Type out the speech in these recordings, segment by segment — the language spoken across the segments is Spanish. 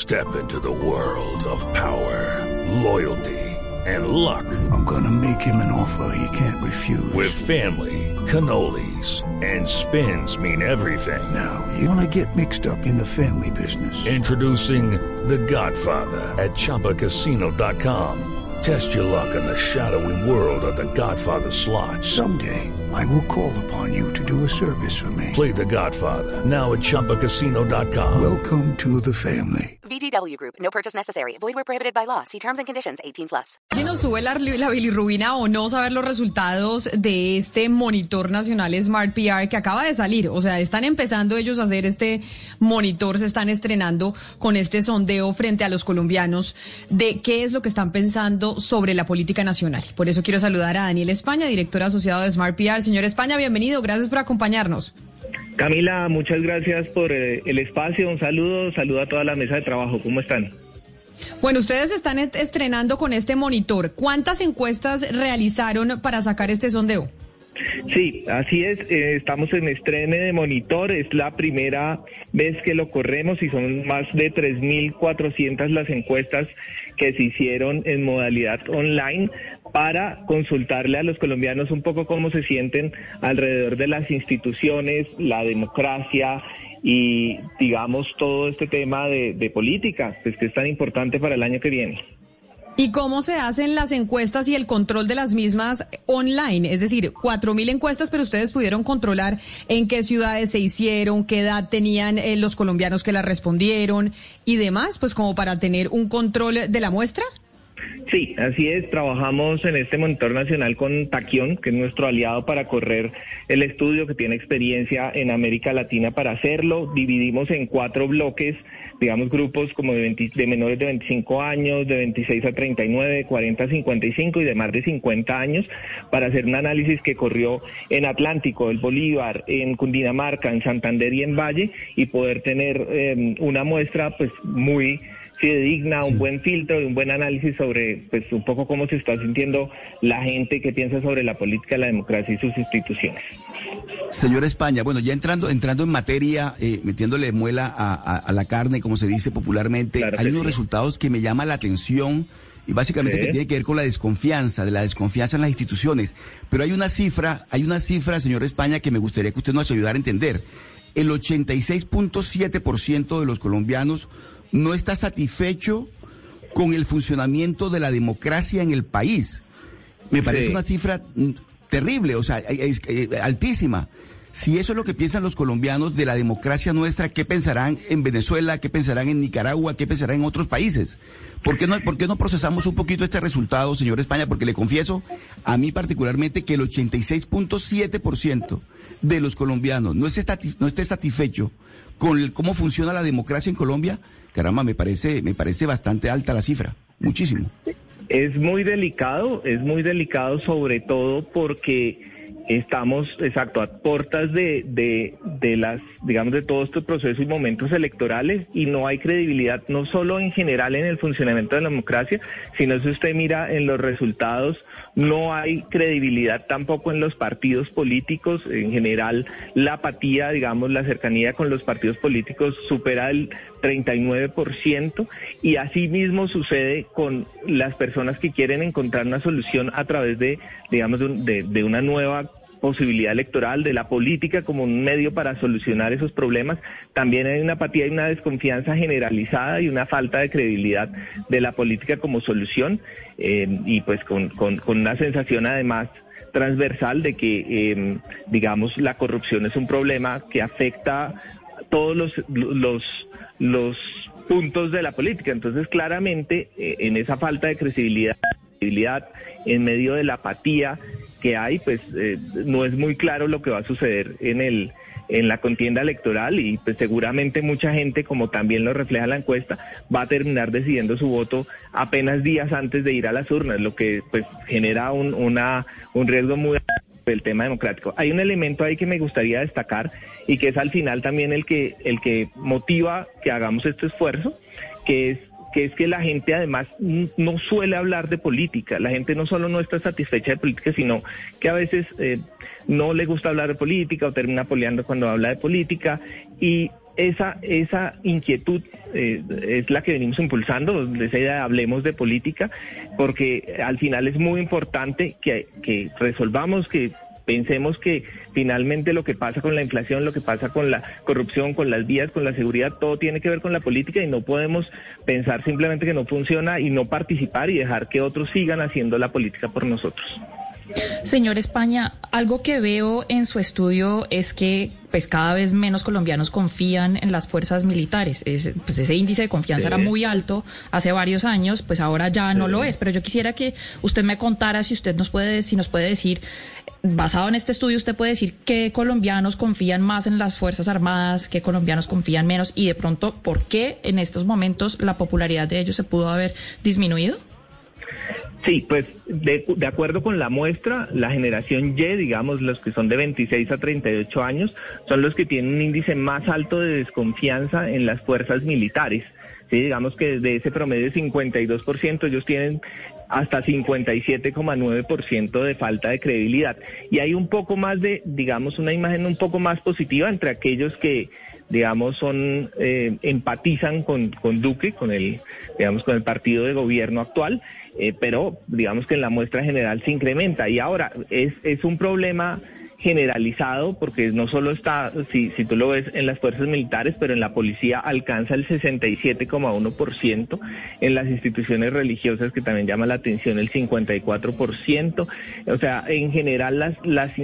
Step into the world of power, loyalty, and luck. I'm gonna make him an offer he can't refuse. With family, cannolis, and spins mean everything. Now, you wanna get mixed up in the family business. Introducing The Godfather at ChumbaCasino.com. Test your luck in the shadowy world of The Godfather slot. Someday, I will call upon you to do a service for me. Play The Godfather now at ChumbaCasino.com. Welcome to the family. VGW Group. No purchase necessary. Void where prohibited by law. See terms and conditions. 18+. Si nos sube la bilirrubina o no, saber los resultados de este monitor nacional Smart PR que acaba de salir. O sea, están empezando ellos a hacer este monitor, se están estrenando con este sondeo frente a los colombianos de qué es lo que están pensando sobre la política nacional. Por eso quiero saludar a Daniel España, director asociado de Smart PR. Señor España, bienvenido. Gracias por acompañarnos. Camila, muchas gracias por el espacio. Un saludo a toda la mesa de trabajo. ¿Cómo están? Bueno, ustedes están estrenando con este monitor. ¿Cuántas encuestas realizaron para sacar este sondeo? Sí, así es. Estamos en estreno de monitor. Es la primera vez que lo corremos y son más de 3.400 las encuestas que se hicieron en modalidad online para consultarle a los colombianos un poco cómo se sienten alrededor de las instituciones, la democracia y, digamos, todo este tema de política, pues que es tan importante para el año que viene. ¿Y cómo se hacen las encuestas y el control de las mismas online? Es decir, 4.000 encuestas, pero ustedes pudieron controlar en qué ciudades se hicieron, qué edad tenían los colombianos que las respondieron y demás, pues como para tener un control de la muestra. Sí, así es. Trabajamos en este monitor nacional con Taquión, que es nuestro aliado para correr el estudio, que tiene experiencia en América Latina para hacerlo. Dividimos en 4 bloques, digamos grupos como de menores de 25 años, de 26 a 39, de 40 a 55 y de más de 50 años, para hacer un análisis que corrió en Atlántico, el Bolívar, en Cundinamarca, en Santander y en Valle, y poder tener una muestra pues muy digna, un buen filtro y un buen análisis sobre pues un poco cómo se está sintiendo la gente que piensa sobre la política, la democracia y sus instituciones. Señor España, bueno, ya entrando en materia, metiéndole muela a la carne, como se dice popularmente, claro, hay unos resultados que me llaman la atención y básicamente que tiene que ver con la desconfianza en las instituciones. Pero hay una cifra, señor España, que me gustaría que usted nos ayudara a entender. El 86.7% de los colombianos no está satisfecho con el funcionamiento de la democracia en el país. Me parece una cifra terrible, o sea, es altísima. Si eso es lo que piensan los colombianos de la democracia nuestra, ¿qué pensarán en Venezuela? ¿Qué pensarán en Nicaragua? ¿Qué pensarán en otros países? ¿Por qué no procesamos un poquito este resultado, señor España? Porque le confieso, a mí particularmente, que el 86.7% de los colombianos no esté satisfecho con cómo funciona la democracia en Colombia. Caramba, me parece bastante alta la cifra, muchísimo. Es muy delicado sobre todo porque estamos, a puertas de las, digamos, de todo este proceso y momentos electorales, y no hay credibilidad, no solo en general en el funcionamiento de la democracia, sino si usted mira en los resultados, no hay credibilidad tampoco en los partidos políticos. En general, la apatía, digamos, la cercanía con los partidos políticos supera el 39%, y así mismo sucede con las personas que quieren encontrar una solución a través de, digamos, de una nueva posibilidad electoral, de la política como un medio para solucionar esos problemas. También hay una apatía y una desconfianza generalizada y una falta de credibilidad de la política como solución, y pues con una sensación además transversal de que, digamos, la corrupción es un problema que afecta todos los puntos de la política. Entonces, claramente, en esa falta de credibilidad, en medio de la apatía que hay, pues no es muy claro lo que va a suceder en la contienda electoral, y pues seguramente mucha gente, como también lo refleja la encuesta, va a terminar decidiendo su voto apenas días antes de ir a las urnas, lo que pues genera un riesgo muy alto del tema democrático. Hay un elemento ahí que me gustaría destacar y que es al final también el que motiva que hagamos este esfuerzo, que es que la gente además no suele hablar de política. La gente no solo no está satisfecha de política, sino que a veces no le gusta hablar de política o termina peleando cuando habla de política, y esa inquietud es la que venimos impulsando, esa idea de hablemos de política, porque al final es muy importante que resolvamos, que pensemos que finalmente lo que pasa con la inflación, lo que pasa con la corrupción, con las vías, con la seguridad, todo tiene que ver con la política y no podemos pensar simplemente que no funciona y no participar y dejar que otros sigan haciendo la política por nosotros. Señor España, algo que veo en su estudio es que pues cada vez menos colombianos confían en las fuerzas militares. Pues ese índice de confianza era muy alto hace varios años, pues ahora ya no lo es. Pero yo quisiera que usted me contara si nos puede decir, basado en este estudio, usted puede decir qué colombianos confían más en las Fuerzas Armadas, qué colombianos confían menos y de pronto por qué en estos momentos la popularidad de ellos se pudo haber disminuido. Sí, pues de acuerdo con la muestra, la generación Y, digamos, los que son de 26 a 38 años, son los que tienen un índice más alto de desconfianza en las fuerzas militares. Sí, digamos que de ese promedio de 52%, ellos tienen hasta 57,9% de falta de credibilidad. Y hay un poco más de, digamos, una imagen un poco más positiva entre aquellos que, digamos, empatizan con Duque, con el partido de gobierno actual, pero digamos que en la muestra general se incrementa. Y ahora es un problema generalizado porque no solo está, si tú lo ves en las fuerzas militares, pero en la policía alcanza el 67,1%, en las instituciones religiosas, que también llama la atención, el 54%. O sea, en general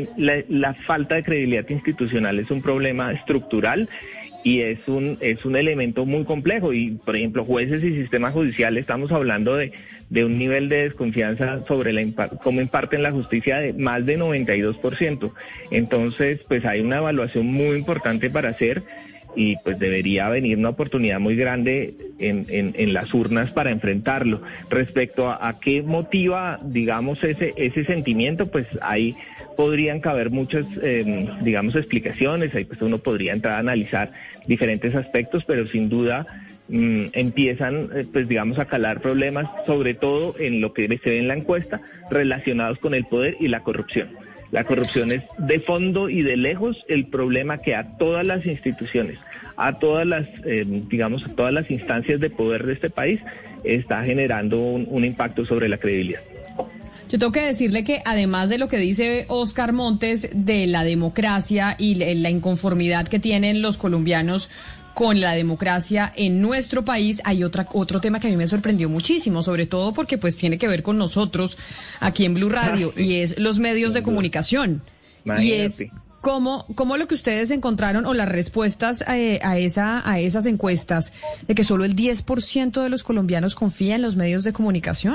la falta de credibilidad institucional es un problema estructural y es un elemento muy complejo. Y, por ejemplo, jueces y sistema judicial, estamos hablando de un nivel de desconfianza sobre cómo imparten la justicia de más de 92%. Entonces, pues hay una evaluación muy importante para hacer y pues debería venir una oportunidad muy grande en las urnas para enfrentarlo. Respecto a qué motiva, digamos, ese sentimiento, pues ahí podrían caber muchas, digamos, explicaciones. Ahí pues uno podría entrar a analizar diferentes aspectos, pero sin duda empiezan, pues digamos, a calar problemas, sobre todo en lo que se ve en la encuesta, relacionados con el poder y la corrupción. La corrupción es de fondo y de lejos el problema que a todas las instituciones, a todas las, digamos, a todas las instancias de poder de este país está generando un impacto sobre la credibilidad. Yo tengo que decirle que además de lo que dice Óscar Montes de la democracia y la inconformidad que tienen los colombianos con la democracia en nuestro país, hay otro tema que a mí me sorprendió muchísimo, sobre todo porque pues tiene que ver con nosotros aquí en Blue Radio, y es los medios de comunicación. Imagínate. Y es cómo lo que ustedes encontraron o las respuestas a esas encuestas de que solo el 10% de los colombianos confía en los medios de comunicación.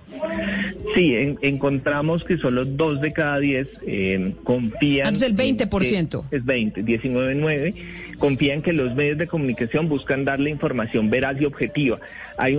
Sí, encontramos que solo 2 de cada 10 confían. Entonces el 20%. Es 19,9. Confían que los medios de comunicación buscan darle información veraz y objetiva. Hay un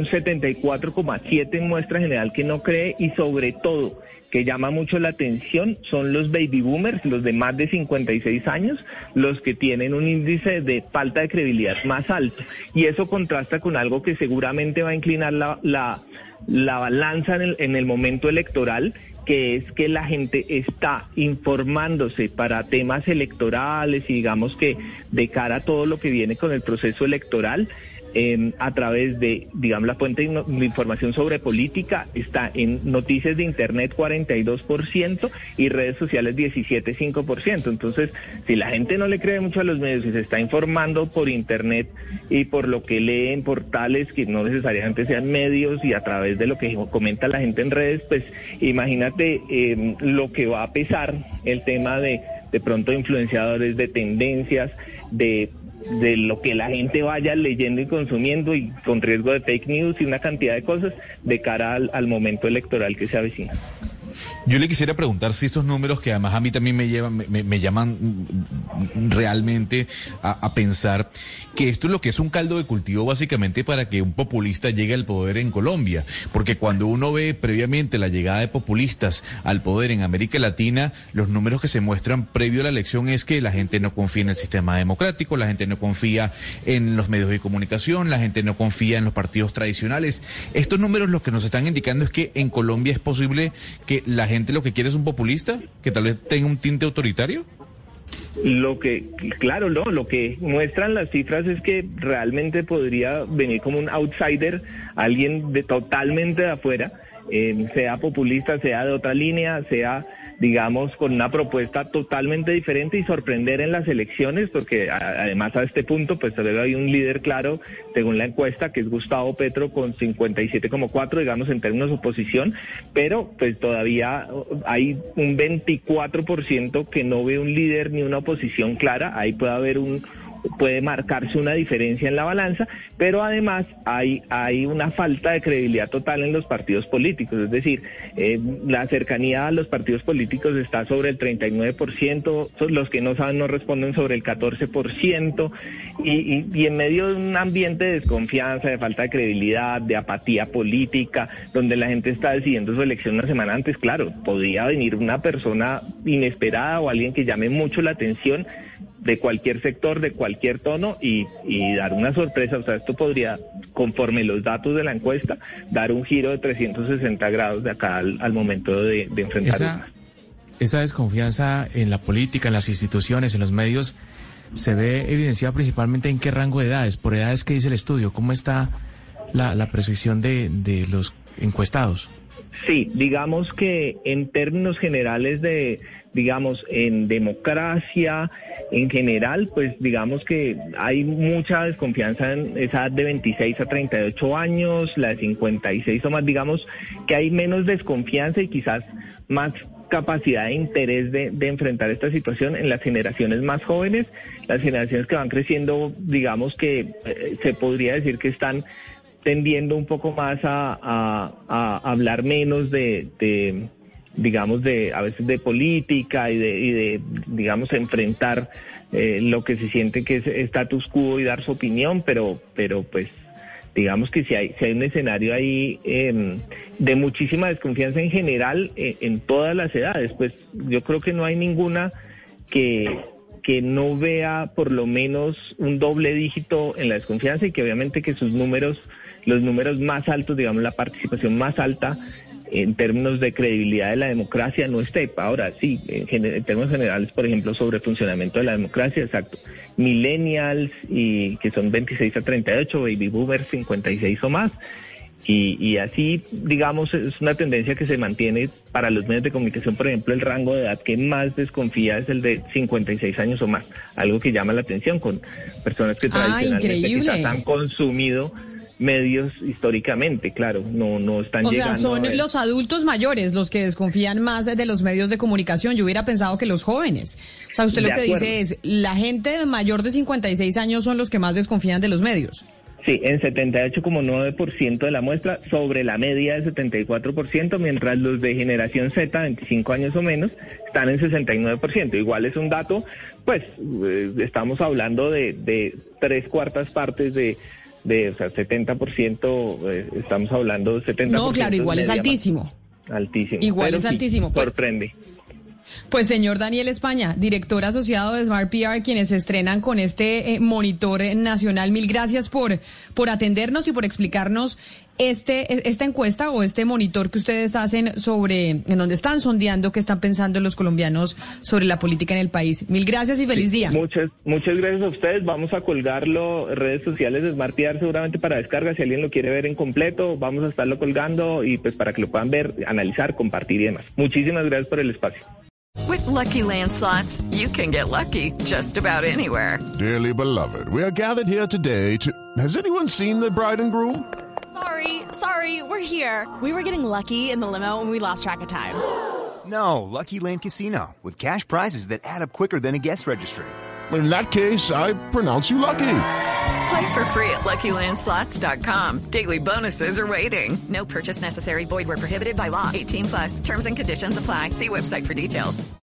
74,7 en muestra general que no cree, y sobre todo, que llama mucho la atención, son los baby boomers, los de más de 56 años, los que tienen un índice de falta de credibilidad más alto. Y eso contrasta con algo que seguramente va a inclinar la balanza en el momento electoral, que es que la gente está informándose para temas electorales y digamos que de cara a todo lo que viene con el proceso electoral, a través de, digamos, la fuente de información sobre política está en noticias de internet 42% y redes sociales 17,5%. Entonces, si la gente no le cree mucho a los medios y se está informando por internet y por lo que lee en portales que no necesariamente sean medios y a través de lo que comenta la gente en redes, pues imagínate lo que va a pesar el tema de pronto influenciadores, de tendencias, de lo que la gente vaya leyendo y consumiendo, y con riesgo de fake news y una cantidad de cosas de cara al momento electoral que se avecina. Yo le quisiera preguntar si estos números, que además a mí también me llaman realmente a pensar que esto es lo que es un caldo de cultivo básicamente para que un populista llegue al poder en Colombia, porque cuando uno ve previamente la llegada de populistas al poder en América Latina, los números que se muestran previo a la elección es que la gente no confía en el sistema democrático, la gente no confía en los medios de comunicación, la gente no confía en los partidos tradicionales. Estos números lo que nos están indicando es que en Colombia es posible que la gente lo que quiere es un populista, que tal vez tenga un tinte autoritario. Lo que muestran las cifras es que realmente podría venir como un outsider, alguien totalmente de afuera, sea populista, sea de otra línea, sea, digamos, con una propuesta totalmente diferente y sorprender en las elecciones, porque además a este punto pues todavía hay un líder claro, según la encuesta, que es Gustavo Petro con 57,4, digamos, en términos de oposición, pero pues todavía hay un 24% que no ve un líder ni una oposición clara. Ahí puede marcarse una diferencia en la balanza, pero además hay una falta de credibilidad total en los partidos políticos, es decir, la cercanía a los partidos políticos está sobre el 39%, los que no saben no responden sobre el 14%, y en medio de un ambiente de desconfianza, de falta de credibilidad, de apatía política, donde la gente está decidiendo su elección una semana antes, claro, podría venir una persona inesperada o alguien que llame mucho la atención de cualquier sector, de cualquier tono y dar una sorpresa. O sea, esto podría, conforme los datos de la encuesta, dar un giro de 360 grados de acá al momento de enfrentar esa desconfianza en la política, en las instituciones, en los medios, se ve evidenciada principalmente en qué rango de edades, por edades que dice el estudio. ¿Cómo está la percepción de los encuestados? Sí, digamos que en términos generales en democracia, en general, pues digamos que hay mucha desconfianza en esa edad de 26 a 38 años, la de 56 o más, digamos que hay menos desconfianza y quizás más capacidad de interés de enfrentar esta situación en las generaciones más jóvenes, las generaciones que van creciendo, digamos que se podría decir que están tendiendo un poco más a hablar menos a veces de política y de digamos, enfrentar lo que se siente que es status quo y dar su opinión, pero pues digamos que si hay un escenario ahí de muchísima desconfianza en general en todas las edades, pues yo creo que no hay ninguna que no vea por lo menos un doble dígito en la desconfianza y que obviamente que los números más altos, digamos, la participación más alta en términos de credibilidad de la democracia no esté. Ahora sí, en términos generales, por ejemplo, sobre el funcionamiento de la democracia, exacto. Millennials, y que son 26 a 38, baby boomers 56 o más. Y así, digamos, es una tendencia que se mantiene para los medios de comunicación. Por ejemplo, el rango de edad que más desconfía es el de 56 años o más, algo que llama la atención con personas que tradicionalmente quizás han consumido medios históricamente, claro, no están llegando. O sea, son los adultos mayores los que desconfían más de los medios de comunicación. Yo hubiera pensado que los jóvenes. O sea, usted lo que dice es, la gente mayor de 56 años son los que más desconfían de los medios. Sí, en 78,9% de la muestra, sobre la media de 74%, mientras los de generación Z, 25 años o menos, están en 69%. Igual es un dato, pues, estamos hablando de 3/4 partes o sea, 70%, estamos hablando de 70%. No, claro, igual es altísimo. Altísimo. Igual es altísimo. Sorprende. Pues señor Daniel España, director asociado de Smart PR, quienes se estrenan con este monitor nacional, mil gracias por atendernos y por explicarnos esta encuesta o este monitor que ustedes hacen en donde están sondeando qué están pensando los colombianos sobre la política en el país. Mil gracias y feliz día. Muchas gracias a ustedes. Vamos a colgarlo en redes sociales de Smart PR seguramente para descarga. Si alguien lo quiere ver en completo, vamos a estarlo colgando y pues para que lo puedan ver, analizar, compartir y demás. Muchísimas gracias por el espacio. With Lucky Land Slots, you can get lucky just about anywhere. Dearly beloved, we are gathered here today to... Has anyone seen the bride and groom? Sorry, we're here. We were getting lucky in the limo and we lost track of time. No, Lucky Land Casino, with cash prizes that add up quicker than a guest registry. In that case, I pronounce you lucky. Play for free at LuckyLandSlots.com. Daily bonuses are waiting. No purchase necessary. Void where prohibited by law. 18+. Terms and conditions apply. See website for details.